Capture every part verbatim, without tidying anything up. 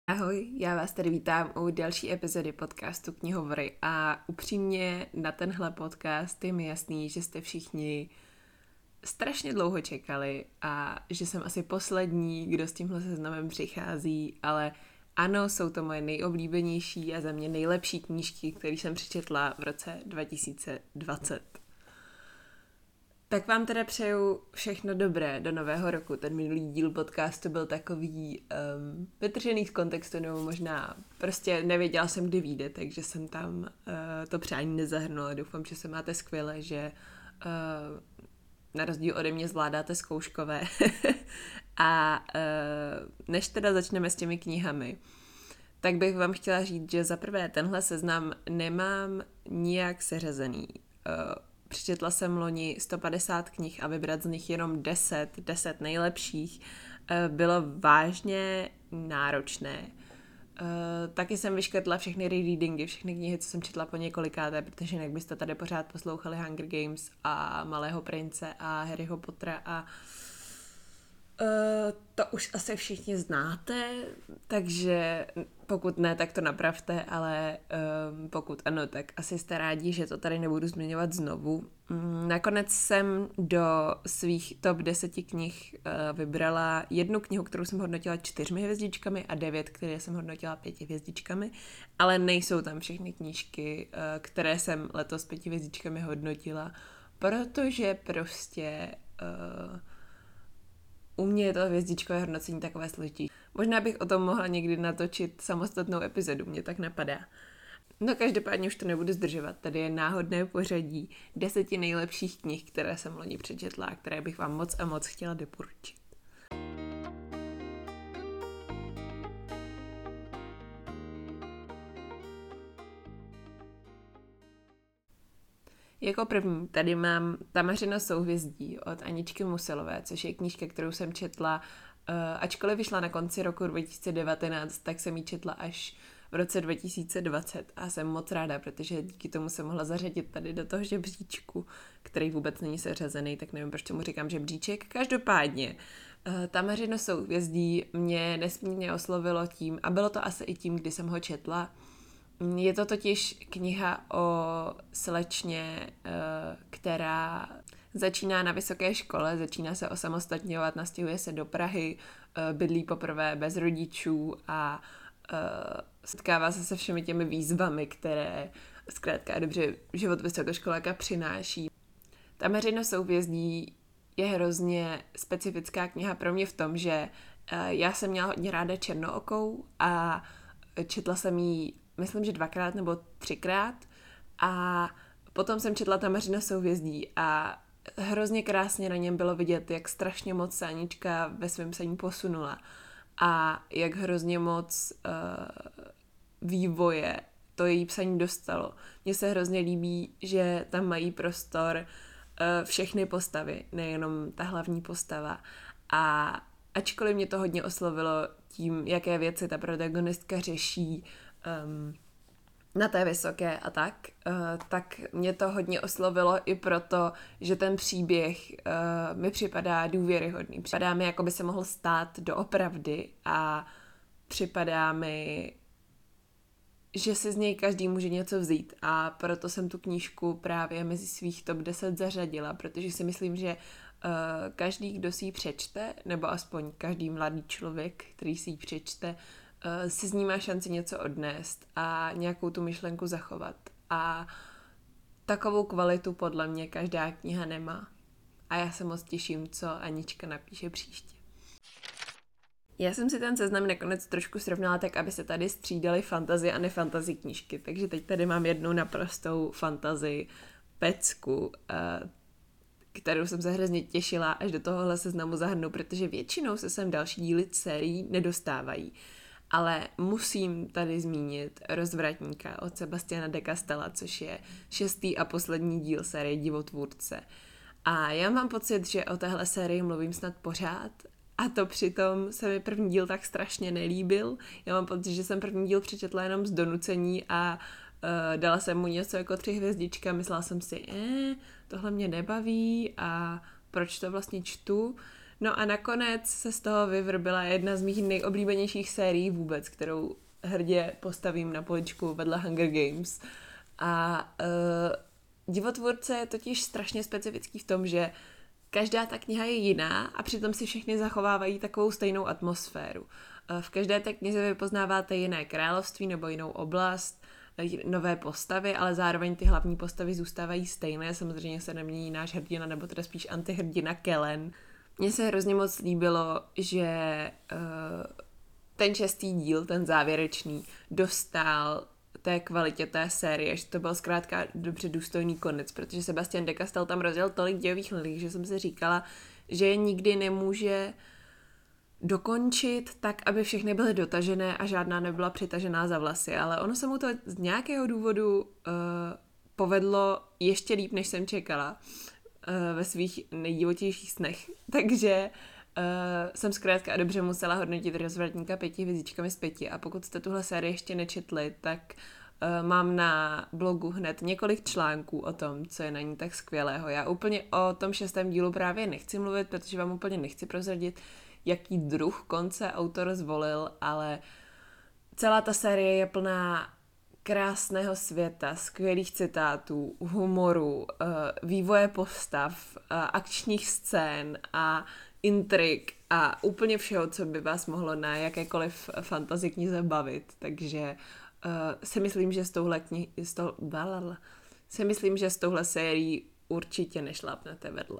Ahoj, já vás tady vítám u další epizody podcastu Knihovory a upřímně na tenhle podcast je mi jasný, že jste všichni strašně dlouho čekali a že jsem asi poslední, kdo s tímhle seznamem přichází, ale ano, jsou to moje nejoblíbenější a za mě nejlepší knížky, které jsem přečetla v roce dva tisíce dvacet. Tak vám teda přeju všechno dobré do nového roku. Ten minulý díl podcastu byl takový um, vytržený z kontextu, nebo možná prostě nevěděla jsem, kdy vyjde, takže jsem tam uh, to přání nezahrnula. Doufám, že se máte skvěle, že uh, na rozdíl ode mě zvládáte zkouškové. A uh, než teda začneme s těmi knihami, tak bych vám chtěla říct, že za prvé tenhle seznam nemám nijak seřazený. Uh, Přečetla jsem loni sto padesát knih a vybrat z nich jenom deset, deset nejlepších bylo vážně náročné. Taky jsem vyškrtla všechny rereadingy, všechny knihy, co jsem četla po několikáté, protože jinak byste tady pořád poslouchali Hunger Games a Malého prince a Harryho Pottera a Uh, to už asi všichni znáte, takže pokud ne, tak to napravte, ale um, pokud ano, tak asi jste rádi, že to tady nebudu zmiňovat znovu. Um, nakonec jsem do svých top deseti knih uh, vybrala jednu knihu, kterou jsem hodnotila čtyřmi hvězdičkami a devět, které jsem hodnotila pěti hvězdičkami, ale nejsou tam všechny knížky, uh, které jsem letos pěti hvězdičkami hodnotila, protože prostě... Uh, U mě je to hvězdičkové hodnocení takové složitý. Možná bych o tom mohla někdy natočit samostatnou epizodu, mě tak napadá. No každopádně už to nebudu zdržovat. Tady je náhodné pořadí deseti nejlepších knih, které jsem loni přečetla a které bych vám moc a moc chtěla doporučit. Jako první tady mám Tamařino souhvězdí od Aničky Musilové, což je knížka, kterou jsem četla, uh, ačkoliv vyšla na konci roku dva tisíce devatenáct, tak jsem ji četla až v roce dva tisíce dvacet a jsem moc ráda, protože díky tomu jsem mohla zařadit tady do toho žebříčku, který vůbec není seřazený, tak nevím, proč tomu říkám žebříček. Každopádně, uh, Tamařino souhvězdí mě nesmírně oslovilo tím, a bylo to asi i tím, kdy jsem ho četla. Je to totiž kniha o slečně, která začíná na vysoké škole, začíná se osamostatňovat, nastěhuje se do Prahy, bydlí poprvé bez rodičů a setkává se se všemi těmi výzvami, které zkrátka dobře život vysokoškoláka přináší. Tamařino souhvězdí je hrozně specifická kniha pro mě v tom, že já jsem měla hodně ráda Černookou a četla jsem ji myslím, že dvakrát nebo třikrát a potom jsem četla Tamařino souhvězdí a hrozně krásně na něm bylo vidět, jak strašně moc se Anička ve svém psaní posunula a jak hrozně moc uh, vývoje to její psaní dostalo. Mně se hrozně líbí, že tam mají prostor uh, všechny postavy, nejenom ta hlavní postava a ačkoliv mě to hodně oslovilo tím, jaké věci ta protagonistka řeší Um, na té vysoké a tak, uh, tak mě to hodně oslovilo i proto, že ten příběh uh, mi připadá důvěryhodný. Připadá mi, jako by se mohl stát doopravdy a připadá mi, že si z něj každý může něco vzít a proto jsem tu knížku právě mezi svých top deset zařadila, protože si myslím, že uh, každý, kdo si ji přečte, nebo aspoň každý mladý člověk, který si ji přečte, si z ní má šanci něco odnést a nějakou tu myšlenku zachovat. A takovou kvalitu podle mě každá kniha nemá. A já se moc těším, co Anička napíše příště. Já jsem si ten seznam nakonec trošku srovnala tak, aby se tady střídaly fantasy a nefantasy knížky. Takže teď tady mám jednu naprostou fantasy pecku, kterou jsem se hrozně těšila, až do tohohle seznamu zahrnu, protože většinou se sem další díly sérií nedostávají. Ale musím tady zmínit Rozvratníka od Sebastiana de Castella, což je šestý a poslední díl série Divotvůrce. A já mám pocit, že o téhle sérii mluvím snad pořád a to přitom se mi první díl tak strašně nelíbil. Já mám pocit, že jsem první díl přečetla jenom z donucení a uh, dala jsem mu něco jako tři hvězdička. Myslela jsem si, eh, tohle mě nebaví a proč to vlastně čtu? No a nakonec se z toho vyvrbila jedna z mých nejoblíbenějších sérií vůbec, kterou hrdě postavím na poličku vedle Hunger Games. A uh, Divotvůrce je totiž strašně specifický v tom, že každá ta kniha je jiná a přitom si všechny zachovávají takovou stejnou atmosféru. Uh, v každé té knize vy poznáváte jiné království nebo jinou oblast, nové postavy, ale zároveň ty hlavní postavy zůstávají stejné. Samozřejmě se nemění náš hrdina, nebo teda spíš antihrdina Kellen. Mně se hrozně moc líbilo, že uh, ten šestý díl, ten závěrečný, dostal té kvalitě té série, že to byl zkrátka dobře důstojný konec, protože Sebastian de Castell tam rozdělil tolik dějových linií, že jsem si říkala, že je nikdy nemůže dokončit tak, aby všechny byly dotažené a žádná nebyla přitažená za vlasy, ale ono se mu to z nějakého důvodu uh, povedlo ještě líp, než jsem čekala uh, ve svých nejdivotějších snech. Takže uh, jsem zkrátka a dobře musela hodnotit Rozvratníka pěti hvězdičkami z pěti a pokud jste tuhle sérii ještě nečetli, tak uh, mám na blogu hned několik článků o tom, co je na ní tak skvělého. Já úplně o tom šestém dílu právě nechci mluvit, protože vám úplně nechci prozradit, jaký druh konce autor zvolil, ale celá ta série je plná krásného světa, skvělých citátů, humoru, vývoje postav, akčních scén a intrik a úplně všeho, co by vás mohlo na jakékoliv fantasy knize bavit. Takže uh, si myslím, že s touhle knih... S tou... si myslím, že s touhle sérií určitě nešlápnete vedle.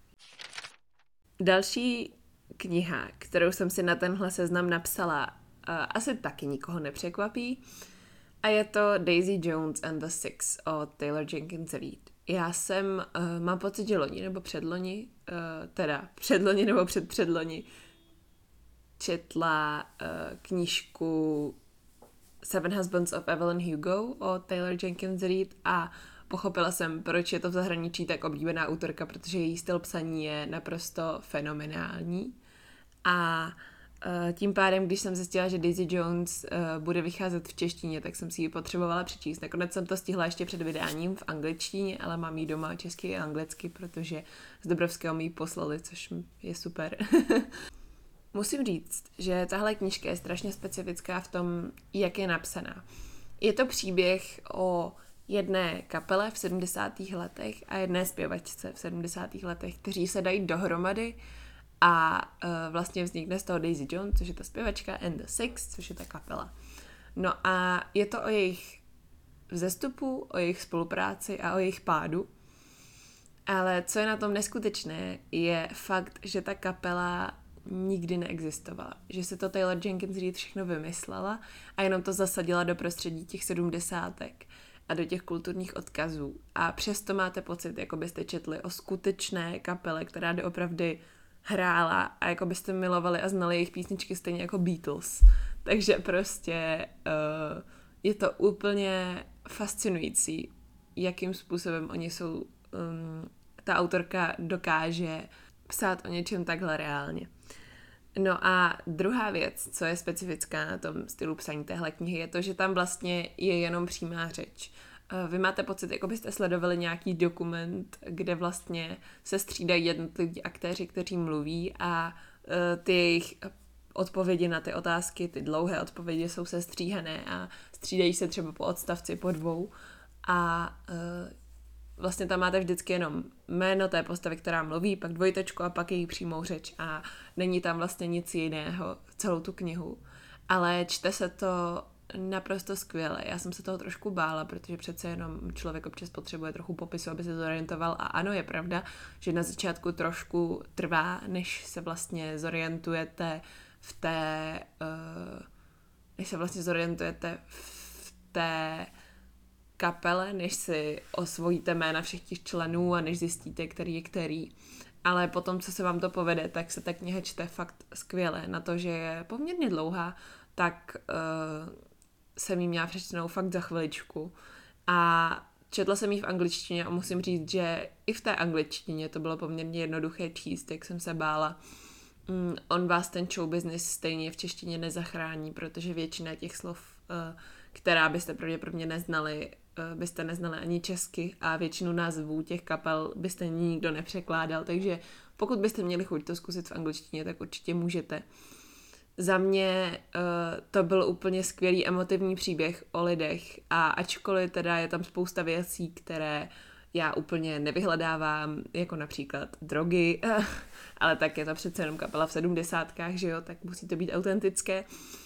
Další kniha, kterou jsem si na tenhle seznam napsala, uh, asi taky nikoho nepřekvapí. A je to Daisy Jones and the Six od Taylor Jenkins Reid. Já jsem, uh, mám pocit, že loni nebo předloni, uh, teda předloni nebo předpředloni, četla uh, knížku Seven Husbands of Evelyn Hugo od Taylor Jenkins Reid a pochopila jsem, proč je to v zahraničí tak oblíbená autorka, protože její styl psaní je naprosto fenomenální. A uh, tím pádem, když jsem zjistila, že Daisy Jones uh, bude vycházet v češtině, tak jsem si ji potřebovala přečíst. Nakonec jsem to stihla ještě před vydáním v angličtině, ale mám ji doma česky a anglicky, protože z Dobrovského mi ji poslali, což je super. Musím říct, že tahle knížka je strašně specifická v tom, jak je napsaná. Je to příběh o jedné kapele v sedmdesátých letech a jedné zpěvačce v sedmdesátých letech, kteří se dají dohromady a uh, vlastně vznikne z toho Daisy Jones, což je ta zpěvačka, and the Six, což je ta kapela. No a je to o jejich vzestupu, o jejich spolupráci a o jejich pádu. Ale co je na tom neskutečné, je fakt, že ta kapela nikdy neexistovala. Že se to Taylor Jenkins Reid všechno vymyslela a jenom to zasadila do prostředí těch sedmdesátek a do těch kulturních odkazů. A přesto máte pocit, jako byste četli o skutečné kapele, která doopravdy hrála a jako byste milovali a znali jejich písničky stejně jako Beatles. Takže prostě uh, je to úplně fascinující, jakým způsobem oni jsou, um, ta autorka dokáže psát o něčem takhle reálně. No a druhá věc, co je specifická na tom stylu psaní téhle knihy, je to, že tam vlastně je jenom přímá řeč. Vy máte pocit, jako byste sledovali nějaký dokument, kde vlastně se střídají jednotliví aktéři, kteří mluví a ty jejich odpovědi na ty otázky, ty dlouhé odpovědi jsou sestříhané a střídají se třeba po odstavci, po dvou a vlastně tam máte vždycky jenom jméno té postavy, která mluví, pak dvojtečku a pak její přímou řeč a není tam vlastně nic jiného celou tu knihu. Ale čte se to naprosto skvěle. Já jsem se toho trošku bála, protože přece jenom člověk občas potřebuje trochu popisu, aby se zorientoval a ano, je pravda, že na začátku trošku trvá, než se vlastně zorientujete v té uh, než se vlastně zorientujete v té kapele, než si osvojíte jména všech těch členů a než zjistíte, který je který. Ale potom, co se vám to povede, tak se ta kniha čte fakt skvěle. Na to, že je poměrně dlouhá, tak uh, jsem ji měla přečtenou fakt za chviličku. A četla jsem ji v angličtině a musím říct, že i v té angličtině to bylo poměrně jednoduché číst, jak jsem se bála. Mm, on vás ten show business stejně v češtině nezachrání, protože většina těch slov, uh, která byste pravděpodobně neznali, byste neznali ani česky a většinu názvů těch kapel byste nikdo nepřekládal, takže pokud byste měli chuť to zkusit v angličtině, tak určitě můžete. Za mě uh, to byl úplně skvělý emotivní příběh o lidech a ačkoliv teda je tam spousta věcí, které já úplně nevyhledávám, jako například drogy, ale tak je to přece jenom kapela v sedmdesátkách, že jo, tak musí to být autentické.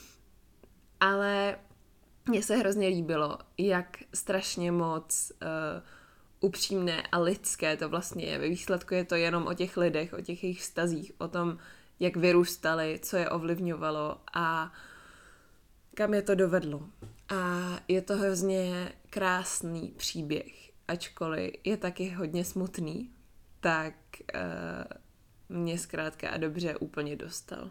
Ale mně se hrozně líbilo, jak strašně moc uh, upřímné a lidské to vlastně je. Ve výsledku je to jenom o těch lidech, o těch jejich vztazích, o tom, jak vyrůstali, co je ovlivňovalo a kam je to dovedlo. A je to hrozně krásný příběh, ačkoliv je taky hodně smutný, tak uh, mě zkrátka a dobře úplně dostal.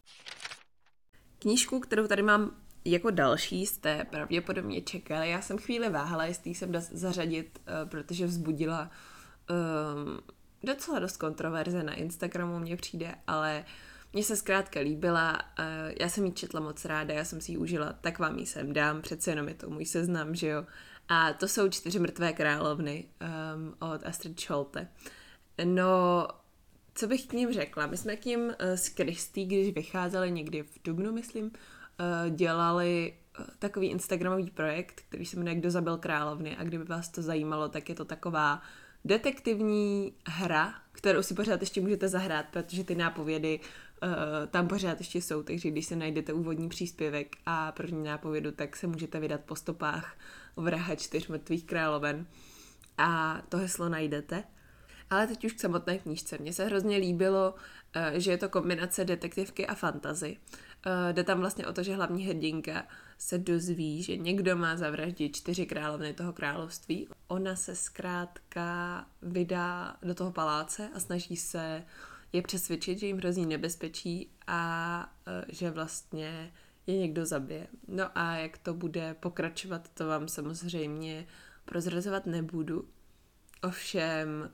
Knížku, kterou tady mám jako další, jste pravděpodobně čekali. Já jsem chvíli váhala, jestli jsem dá zařadit, uh, protože vzbudila um, docela dost kontroverze na Instagramu, mně přijde, ale mně se zkrátka líbila, uh, já jsem ji četla moc ráda, já jsem si ji užila, tak vám ji sem dám, přece jenom je to můj seznam, že jo. A to jsou Čtyři mrtvé královny um, od Astrid Scholte. No, co bych k ním řekla? My jsme k ním uh, s Kristý, když vycházeli někdy v dubnu, myslím, uh, dělali uh, takový instagramový projekt, který se jmenuje Kdo zabil královny, a kdyby vás to zajímalo, tak je to taková detektivní hra, kterou si pořád ještě můžete zahrát, protože ty nápovědy uh, tam pořád ještě jsou, takže když se najdete úvodní příspěvek a první nápovědu, tak se můžete vydat po stopách vraha čtyř mrtvých královen a to heslo najdete. Ale teď už k samotné knížce. Mně se hrozně líbilo, uh, že je to kombinace detektivky a fantasy. Uh, jde tam vlastně o to, že hlavní hrdinka se dozví, že někdo má zavraždit čtyři královny toho království. Ona se zkrátka vydá do toho paláce a snaží se je přesvědčit, že jim hrozí nebezpečí a uh, že vlastně je někdo zabije. No a jak to bude pokračovat, to vám samozřejmě prozrazovat nebudu. Ovšem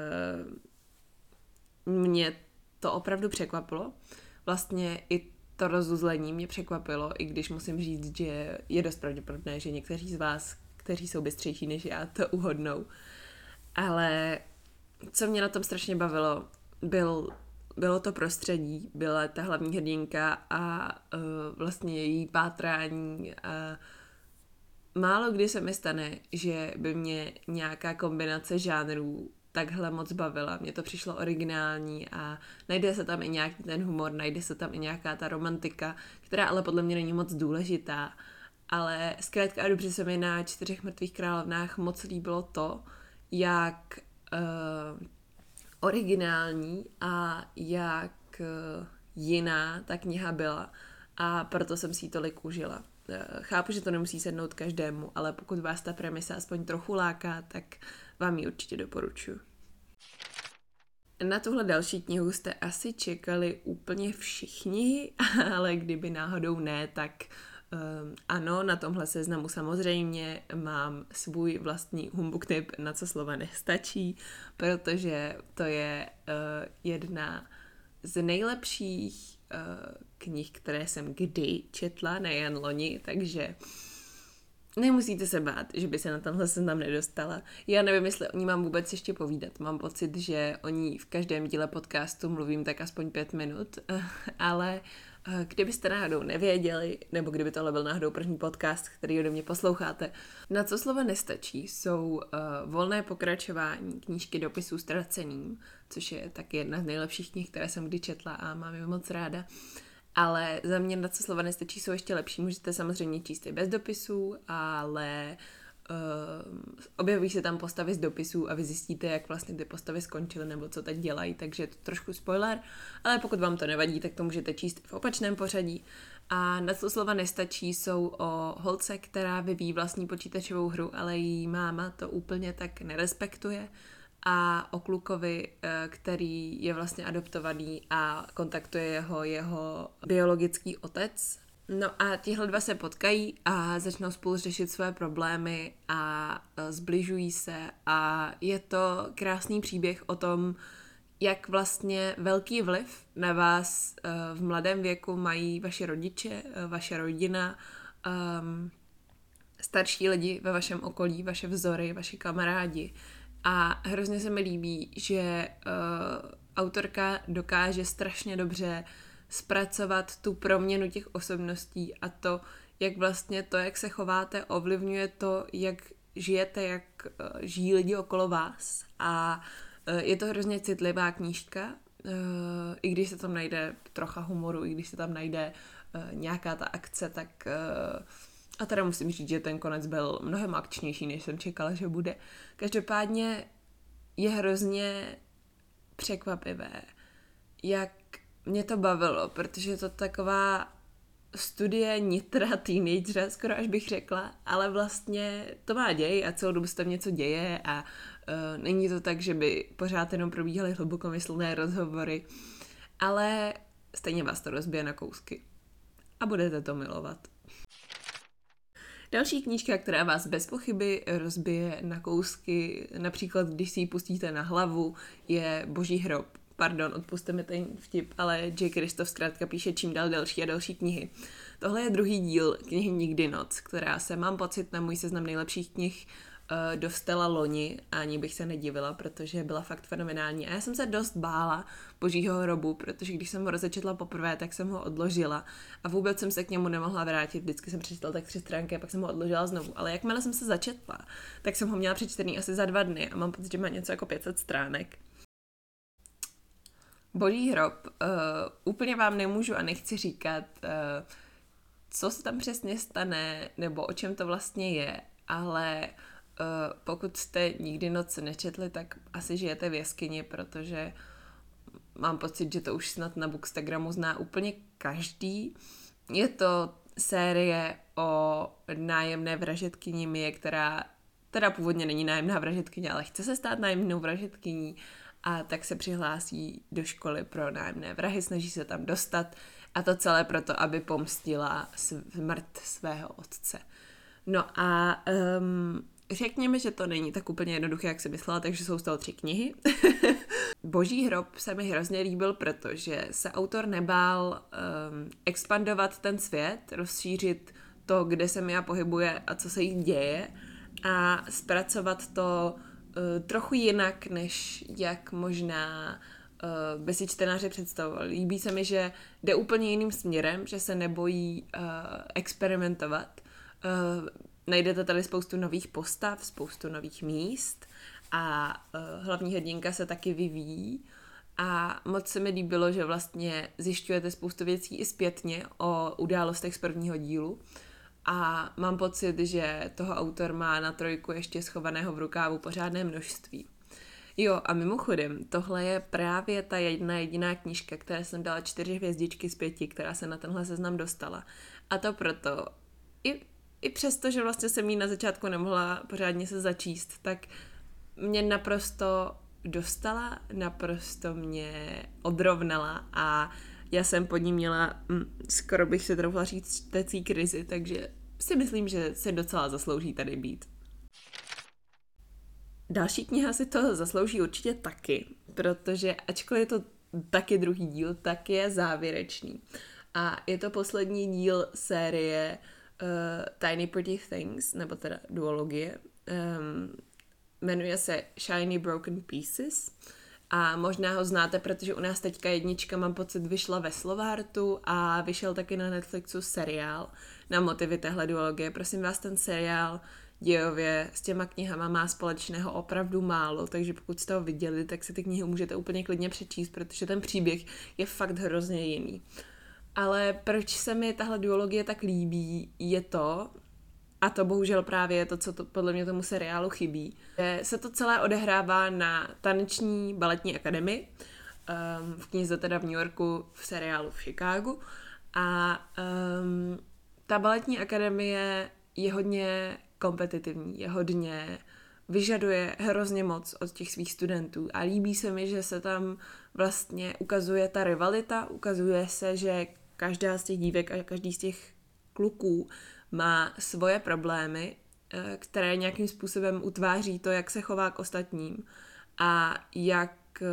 uh, mě to opravdu překvapilo. Vlastně i to rozuzlení mě překvapilo, i když musím říct, že je dost pravděpodobné, že někteří z vás, kteří jsou bystřejší než já, to uhodnou. Ale co mě na tom strašně bavilo, byl, bylo to prostředí, byla ta hlavní hrdinka a uh, vlastně její pátrání a málo kdy se mi stane, že by mě nějaká kombinace žánrů takhle moc bavila. Mně to přišlo originální a najde se tam i nějaký ten humor, najde se tam i nějaká ta romantika, která ale podle mě není moc důležitá. Ale zkrátka a dobře se mi na Čtyřech mrtvých královnách moc líbilo to, jak uh, originální a jak uh, jiná ta kniha byla. A proto jsem si ji tolik užila. Chápu, že to nemusí sednout každému, ale pokud vás ta premisa aspoň trochu láká, tak vám ji určitě doporučuji. Na tuhle další knihu jste asi čekali úplně všichni, ale kdyby náhodou ne, tak um, ano, na tomhle seznamu samozřejmě mám svůj vlastní humbug tip, na co slova nestačí, protože to je uh, jedna z nejlepších uh, knih, které jsem kdy četla, nejen loni, takže nemusíte se bát, že by se na tenhle seznam nedostala. Já nevím, jestli o ní mám vůbec ještě povídat. Mám pocit, že o ní v každém díle podcastu mluvím tak aspoň pět minut, ale kdybyste náhodou nevěděli, nebo kdyby tohle byl náhodou první podcast, který ode mě posloucháte, na co slova nestačí, jsou uh, volné pokračování knížky Dopisů ztraceným, což je taky jedna z nejlepších knih, které jsem kdy četla a mám je moc ráda. Ale za mě na co slova nestačí jsou ještě lepší. Můžete samozřejmě číst i bez dopisů, ale uh, objeví se tam postavy z dopisů a vy zjistíte, jak vlastně ty postavy skončily nebo co teď dělají, takže je to trošku spoiler, ale pokud vám to nevadí, tak to můžete číst v opačném pořadí. A na co slova nestačí jsou o holce, která vyvíjí vlastní počítačovou hru, ale její máma to úplně tak nerespektuje, a o klukovi, který je vlastně adoptovaný a kontaktuje jeho, jeho biologický otec. No a tihle dva se potkají a začnou spolu řešit své problémy a zbližují se a je to krásný příběh o tom, jak vlastně velký vliv na vás v mladém věku mají vaši rodiče, vaše rodina, um, starší lidi ve vašem okolí, vaše vzory, vaši kamarádi. A hrozně se mi líbí, že uh, autorka dokáže strašně dobře zpracovat tu proměnu těch osobností a to, jak vlastně to, jak se chováte, ovlivňuje to, jak žijete, jak žijí lidi okolo vás. A je to hrozně citlivá knížka, i když se tam najde trocha humoru, i když se tam najde nějaká ta akce, tak a teda musím říct, že ten konec byl mnohem akčnější, než jsem čekala, že bude. Každopádně je hrozně překvapivé, jak mě to bavilo, protože je to taková studie nitra teenagera, skoro až bych řekla, ale vlastně to má děj a celou dobu se tam něco děje a uh, není to tak, že by pořád jenom probíhaly hlubokomyslné rozhovory, ale stejně vás to rozbije na kousky a budete to milovat. Další knížka, která vás bez pochyby rozbije na kousky, například když si ji pustíte na hlavu, je Boží hrob. Pardon, odpusťte mi ten vtip, ale J. Kristof zkrátka píše čím dál další a další knihy. Tohle je druhý díl knihy Nikdy noc, která se, mám pocit, na můj seznam nejlepších knih uh, dostala loni a ani bych se nedivila, protože byla fakt fenomenální. A já jsem se dost bála Božího hrobu, protože když jsem ho rozečetla poprvé, tak jsem ho odložila a vůbec jsem se k němu nemohla vrátit. Vždycky jsem přečetla tak tři stránky a pak jsem ho odložila znovu. Ale jakmile jsem se začetla, tak jsem ho měla přečtený asi za dva dny a mám pocit, že má něco jako pět set stránek. Boží hrob. Uh, úplně vám nemůžu a nechci říkat, uh, co se tam přesně stane, nebo o čem to vlastně je, ale uh, pokud jste nikdy noc nečetli, tak asi žijete v jeskyni, protože mám pocit, že to už snad na Bookstagramu zná úplně každý. Je to série o nájemné vražedkyni Mie, která teda původně není nájemná vražedkyně, ale chce se stát nájemnou vražedkyní a tak se přihlásí do školy pro nájemné vrahy, snaží se tam dostat a to celé proto, aby pomstila smrt svého otce. No a um, řekněme, že to není tak úplně jednoduché, jak jsem myslela, takže jsou z toho tři knihy. Boží hrob se mi hrozně líbil, protože se autor nebál um, expandovat ten svět, rozšířit to, kde se Mia pohybuje a co se jí děje a zpracovat to uh, trochu jinak, než jak možná uh, by si čtenáři představoval. Líbí se mi, že jde úplně jiným směrem, že se nebojí uh, experimentovat. Uh, najdete tady spoustu nových postav, spoustu nových míst a uh, hlavní hrdinka se taky vyvíjí a moc se mi líbilo, že vlastně zjišťujete spoustu věcí i zpětně o událostech z prvního dílu a mám pocit, že toho autor má na trojku ještě schovaného v rukávu pořádné množství. Jo, a mimochodem, tohle je právě ta jedna jediná knížka, které jsem dala čtyři hvězdičky z pěti, která se na tenhle seznam dostala. A to proto, i, i přesto, že vlastně jsem jí na začátku nemohla pořádně se začíst, tak mě naprosto dostala, naprosto mě odrovnala a já jsem pod ní měla, hm, skoro bych se troufla říct, čtecí krizi, takže si myslím, že se docela zaslouží tady být. Další kniha si to zaslouží určitě taky, protože ačkoliv je to taky druhý díl, tak je závěrečný. A je to poslední díl série uh, Tiny Pretty Things, nebo teda duologie. Um, jmenuje se Shiny Broken Pieces a možná ho znáte, protože u nás teďka jednička, mám pocit, vyšla ve Slovártu a vyšel taky na Netflixu seriál na motivy téhle duologie. Prosím vás, ten seriál dějově s těma knihama má společného opravdu málo, takže pokud jste ho viděli, tak si ty knihy můžete úplně klidně přečíst, protože ten příběh je fakt hrozně jiný. Ale proč se mi tahle duologie tak líbí, je to, a to bohužel právě je to, co to, podle mě tomu seriálu chybí, že se to celé odehrává na taneční baletní akademii, um, v knize teda v New Yorku, v seriálu v Chicagu. A um, ta baletní akademie je hodně kompetitivní, je hodně, vyžaduje hrozně moc od těch svých studentů a líbí se mi, že se tam vlastně ukazuje ta rivalita, ukazuje se, že každá z těch dívek a každý z těch kluků má svoje problémy, které nějakým způsobem utváří to, jak se chová k ostatním a jak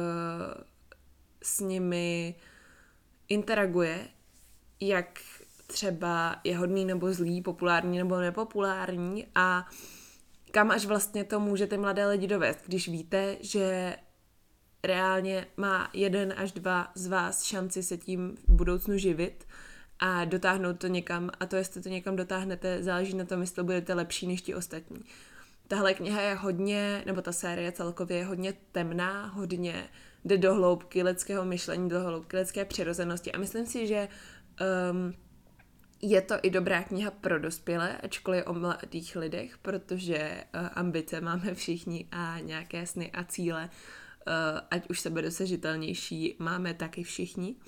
s nimi interaguje, jak třeba je hodný nebo zlý, populární nebo nepopulární a kam až vlastně to může ty mladé lidi dovést, když víte, že reálně má jeden až dva z vás šanci se tím v budoucnu živit a dotáhnout to někam, a to, jestli to někam dotáhnete, záleží na tom, jestli budete lepší než ti ostatní. Tahle kniha je hodně, nebo ta série celkově je hodně temná, hodně jde do hloubky lidského myšlení, do hloubky lidské přirozenosti a myslím si, že um, je to i dobrá kniha pro dospělé, ačkoliv o mladých lidech, protože uh, ambice máme všichni a nějaké sny a cíle, uh, ať už sebedosažitelnější, máme taky všichni.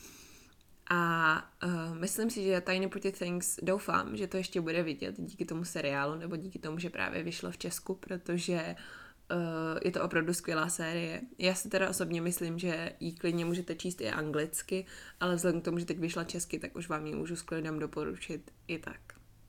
A uh, myslím si, že Tiny Pretty Things, doufám, že to ještě bude vidět díky tomu seriálu, nebo díky tomu, že právě vyšlo v Česku, protože uh, je to opravdu skvělá série. Já si teda osobně myslím, že ji klidně můžete číst i anglicky, ale vzhledem k tomu, že teď vyšla česky, tak už vám ji můžu s klidem doporučit i tak.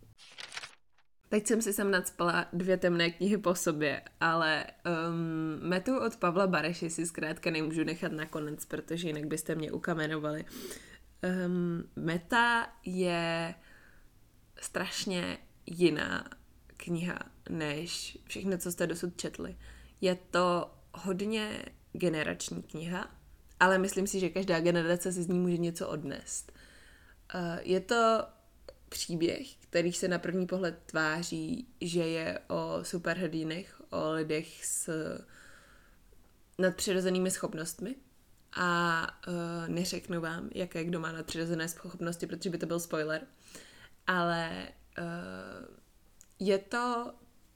Teď jsem si sem nacpala dvě temné knihy po sobě, ale um, Metu od Pavla Bareši si zkrátka nemůžu nechat nakonec, protože jinak byste mě ukamenovali. Um, Meta je strašně jiná kniha než všechno, co jste dosud četli. Je to hodně generační kniha, ale myslím si, že každá generace si z ní může něco odnést. Uh, je to příběh, který se na první pohled tváří, že je o superhrdinech, o lidech s nadpřirozenými schopnostmi. A uh, neřeknu vám, jaké kdo má nadpřirozené schopnosti, protože by to byl spoiler. Ale uh, je to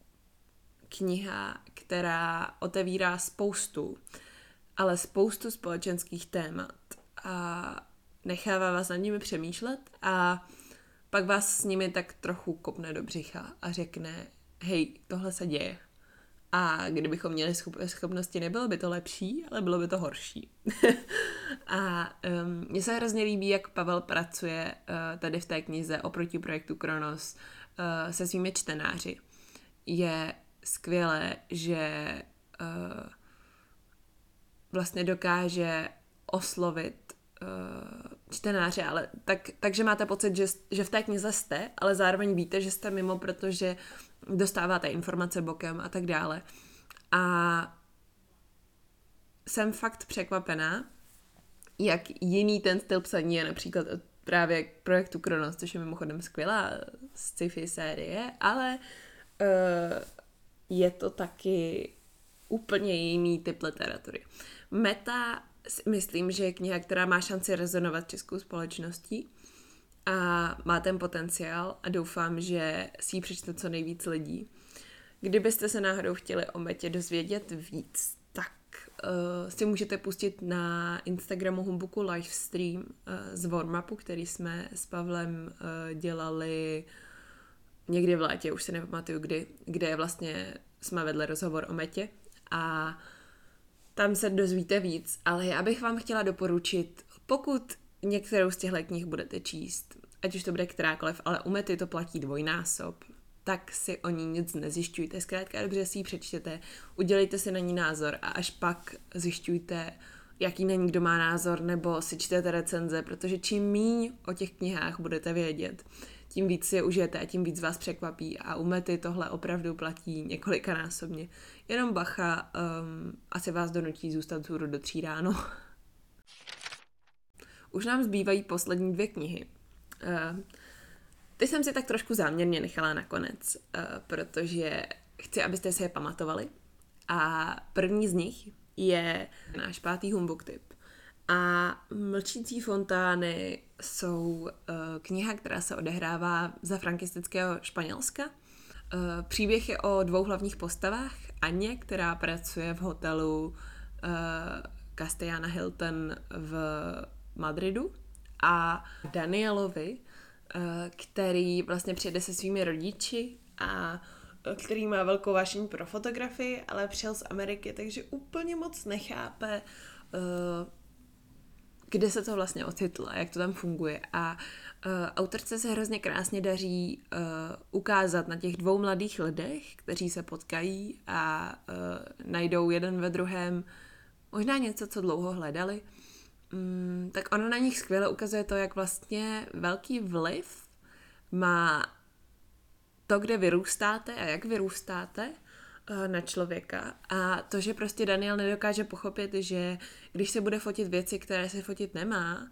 kniha, která otevírá spoustu, ale spoustu společenských témat a nechává vás nad nimi přemýšlet a pak vás s nimi tak trochu kopne do břicha a řekne, hej, tohle se děje. A kdybychom měli schopnosti, nebylo by to lepší, ale bylo by to horší. A um, mně se hrozně líbí, jak Pavel pracuje uh, tady v té knize oproti projektu Kronos uh, se svými čtenáři. Je skvělé, že uh, vlastně dokáže oslovit uh, čtenáře, ale tak, takže máte pocit, že, že v té knize jste, ale zároveň víte, že jste mimo, protože dostáváte informace bokem a tak dále. A jsem fakt překvapená, jak jiný ten styl psaní je například od právě projektu Kronos, což je mimochodem skvělá sci-fi série, ale uh, je to taky úplně jiný typ literatury. Meta, myslím, že je kniha, která má šanci rezonovat českou společností a má ten potenciál a doufám, že si ji přečte co nejvíc lidí. Kdybyste se náhodou chtěli o Metě dozvědět víc, tak uh, si můžete pustit na Instagramu Humbuku livestream uh, z warm-upu, který jsme s Pavlem uh, dělali někdy v létě, už se nepamatuju kdy, kde vlastně jsme vedli rozhovor o Metě a tam se dozvíte víc, ale já bych vám chtěla doporučit, pokud některou z těchto knih budete číst, ať už to bude kterákoliv, ale u Mety to platí dvojnásob, tak si o ní nic nezjišťujte. Zkrátka dobře si ji přečtěte, udělejte si na ní názor a až pak zjišťujte, jaký na ní kdo má názor, nebo si čtete recenze, protože čím míň o těch knihách budete vědět, tím víc si je užijete a tím víc vás překvapí a u Mety tohle opravdu platí několikanásobně. Jenom bacha, um, asi vás donutí zůstat vzhůru do tří ráno. Už nám zbývají poslední dvě knihy. Uh, ty jsem si tak trošku záměrně nechala nakonec, uh, protože chci, abyste si je pamatovali. A první z nich je náš pátý humbuk tip. A Mlčící fontány jsou uh, kniha, která se odehrává za frankistického Španělska. Uh, příběh je o dvou hlavních postavách. Aně, která pracuje v hotelu uh, Castellana Hilton v Madridu a Danielovi, uh, který vlastně přijede se svými rodiči a který má velkou vášeň pro fotografii, ale přijel z Ameriky, takže úplně moc nechápe, uh, kde se to vlastně ocitlo a jak to tam funguje. A uh, autorce se hrozně krásně daří uh, ukázat na těch dvou mladých lidech, kteří se potkají a uh, najdou jeden ve druhém možná něco, co dlouho hledali. Um, tak ono na nich skvěle ukazuje to, jak vlastně velký vliv má to, kde vyrůstáte a jak vyrůstáte na člověka. A to, že prostě Daniel nedokáže pochopit, že když se bude fotit věci, které se fotit nemá,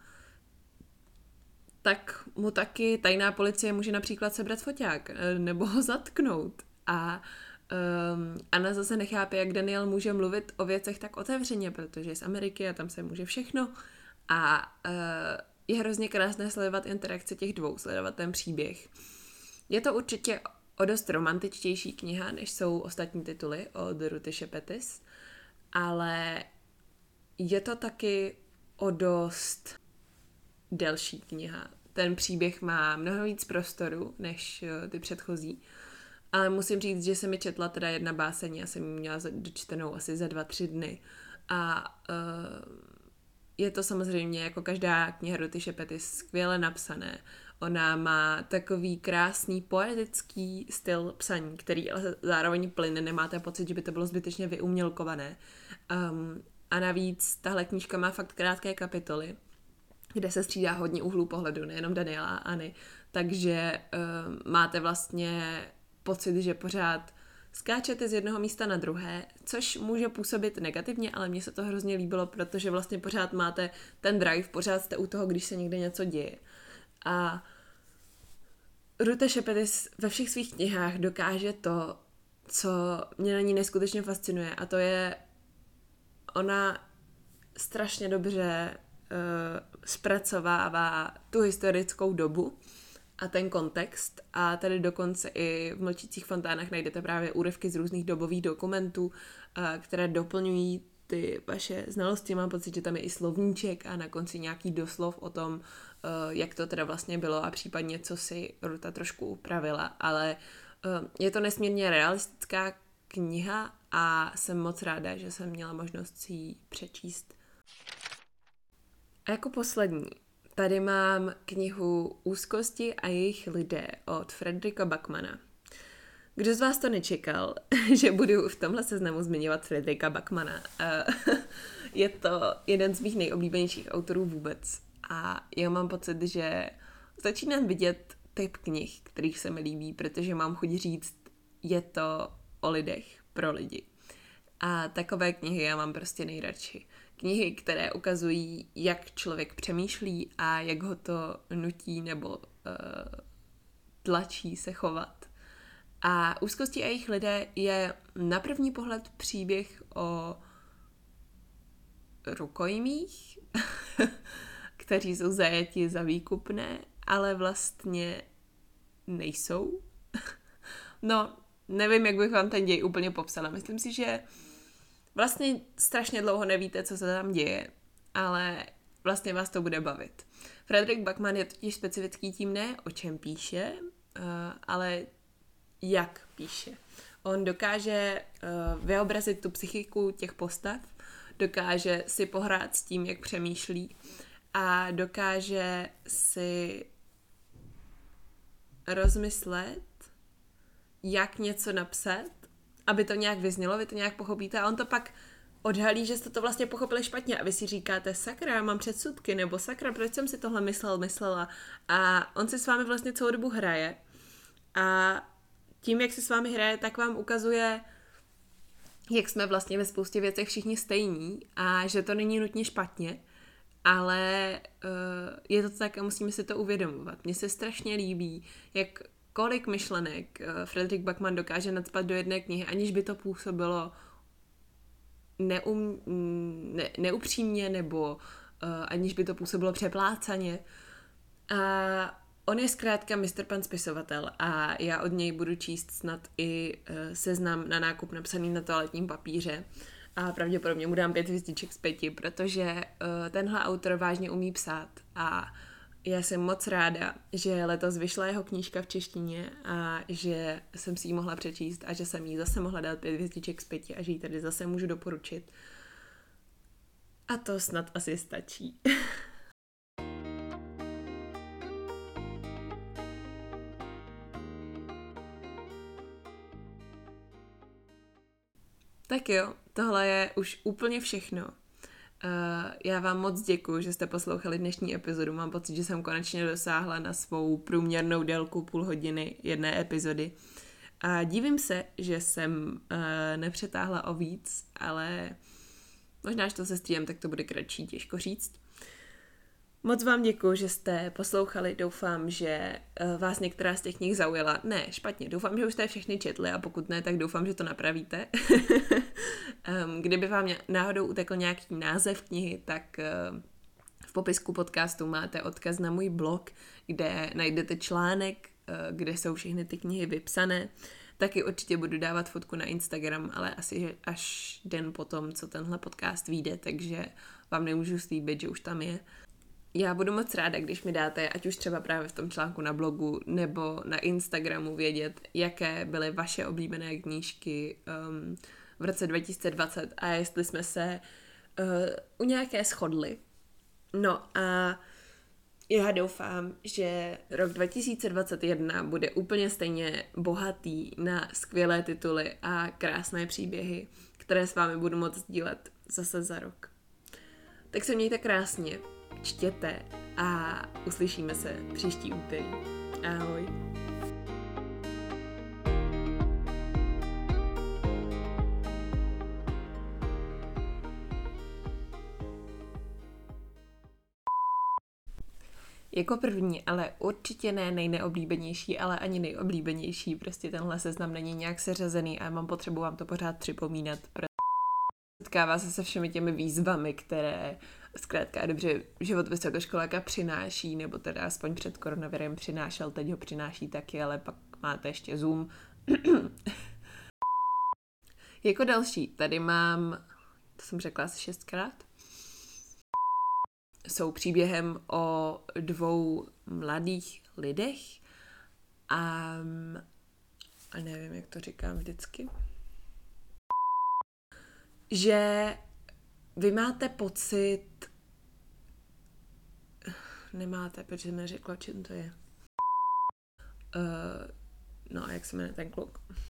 tak mu taky tajná policie může například sebrat foťák nebo ho zatknout. A um, Anna zase nechápe, jak Daniel může mluvit o věcech tak otevřeně, protože je z Ameriky a tam se může všechno. A uh, je hrozně krásné sledovat interakce těch dvou, sledovat ten příběh. Je to určitě o dost romantičtější kniha, než jsou ostatní tituly od Ruty Šepetis, ale je to taky o dost delší kniha. Ten příběh má mnohem víc prostoru než ty předchozí, ale musím říct, že se mi četla teda jedna báseň, já jsem ji měla dočtenou asi za dva, tři dny a uh, je to samozřejmě jako každá kniha Ruty Šepetis skvěle napsané. Ona má takový krásný poetický styl psaní, který ale zároveň plyne, nemáte pocit, že by to bylo zbytečně vyumělkované. Um, a navíc tahle knížka má fakt krátké kapitoly, kde se střídá hodně úhlů pohledu, nejenom Daniela a Anny, takže um, máte vlastně pocit, že pořád skáčete z jednoho místa na druhé, což může působit negativně, ale mně se to hrozně líbilo, protože vlastně pořád máte ten drive, pořád jste u toho, když se někde něco děje. A Ruta Šepetis ve všech svých knihách dokáže to, co mě na ní neskutečně fascinuje, a to je, ona strašně dobře uh, zpracovává tu historickou dobu a ten kontext, a tady dokonce i v Mlčících fontánách najdete právě úryvky z různých dobových dokumentů, uh, které doplňují ty vaše znalosti. Mám pocit, že tam je i slovníček a na konci nějaký doslov o tom, uh, jak to teda vlastně bylo a případně co si Ruta trošku upravila, ale uh, je to nesmírně realistická kniha a jsem moc ráda, že jsem měla možnost si ji přečíst. A jako poslední tady mám knihu Úzkosti a jejich lidé od Fredrika Backmana. Kdo z vás to nečekal, že budu v tomhle seznamu zmiňovat Fredrika Backmana? Je to jeden z mých nejoblíbenějších autorů vůbec. A já mám pocit, že začínám vidět typ knih, kterých se mi líbí, protože mám chuť říct, je to o lidech, pro lidi. A takové knihy já mám prostě nejradši. Knihy, které ukazují, jak člověk přemýšlí a jak ho to nutí nebo uh, tlačí se chovat. A Úzkosti a jejich lidé je na první pohled příběh o rukojmích, kteří jsou zajati za výkupné, ale vlastně nejsou. No, nevím, jak bych vám ten děj úplně popsala. Myslím si, že vlastně strašně dlouho nevíte, co se tam děje, ale vlastně vás to bude bavit. Fredrik Backman je totiž specifický tím, ne o čem píše, ale jak píše. On dokáže uh, vyobrazit tu psychiku těch postav, dokáže si pohrát s tím, jak přemýšlí a dokáže si rozmyslet, jak něco napsat, aby to nějak vyznělo, vy to nějak pochopíte a on to pak odhalí, že jste to vlastně pochopili špatně a vy si říkáte, sakra, já mám předsudky, nebo sakra, proč jsem si tohle myslel, myslela. A on si s vámi vlastně celou dobu hraje a tím, jak se s vámi hraje, tak vám ukazuje, jak jsme vlastně ve spoustě věcech všichni stejní a že to není nutně špatně, ale uh, je to tak a musíme si to uvědomovat. Mně se strašně líbí, jak kolik myšlenek uh, Fredrik Backman dokáže nacpat do jedné knihy, aniž by to působilo neum, ne, neupřímně nebo uh, aniž by to působilo přeplácaně. A on je zkrátka mister Pan spisovatel a já od něj budu číst snad i uh, seznam na nákup napsaný na toaletním papíře a pravděpodobně mu dám pět hvězdiček z pěti, protože uh, tenhle autor vážně umí psát a já jsem moc ráda, že letos vyšla jeho knížka v češtině a že jsem si ji mohla přečíst a že jsem jí zase mohla dát pět hvězdiček z pěti a že ji tady zase můžu doporučit. A to snad asi stačí. Tak jo, tohle je už úplně všechno. Uh, já vám moc děkuji, že jste poslouchali dnešní epizodu. Mám pocit, že jsem konečně dosáhla na svou průměrnou délku půl hodiny jedné epizody. A divím se, že jsem uh, nepřetáhla o víc, ale možná, že to se střídem, tak to bude kratší, těžko říct. Moc vám děkuji, že jste poslouchali, doufám, že vás některá z těch knih zaujala. Ne, špatně, doufám, že už jste všechny četli a pokud ne, tak doufám, že to napravíte. Kdyby vám náhodou utekl nějaký název knihy, tak v popisku podcastu máte odkaz na můj blog, kde najdete článek, kde jsou všechny ty knihy vypsané. Taky určitě budu dávat fotku na Instagram, ale asi až den potom, co tenhle podcast vyjde, takže vám nemůžu slíbit, že už tam je. Já budu moc ráda, když mi dáte, ať už třeba právě v tom článku na blogu nebo na Instagramu vědět, jaké byly vaše oblíbené knížky um, v roce dva tisíce dvacet a jestli jsme se uh, u nějaké shodli. No a já doufám, že rok dva tisíce dvacet jedna bude úplně stejně bohatý na skvělé tituly a krásné příběhy, které s vámi budu moct sdílet zase za rok. Tak se mějte krásně, čtěte a uslyšíme se příští úterý. Ahoj. Jako první, ale určitě ne nejneoblíbenější, ale ani nejoblíbenější. Prostě tenhle seznam není nějak seřazený a mám potřebu vám to pořád připomínat. Setkává se se všemi těmi výzvami, které zkrátka dobře život vysokoškoláka přináší, nebo teda aspoň před koronavirem přinášel, teď ho přináší taky, ale pak máte ještě Zoom. Jako další, tady mám, to jsem řekla asi šestkrát, jsou příběhem o dvou mladých lidech a, a nevím, jak to říkám vždycky, že vy máte pocit, nemáte, protože mi řekla, čím to je. Uh, no a jak se jmenuje ten kluk?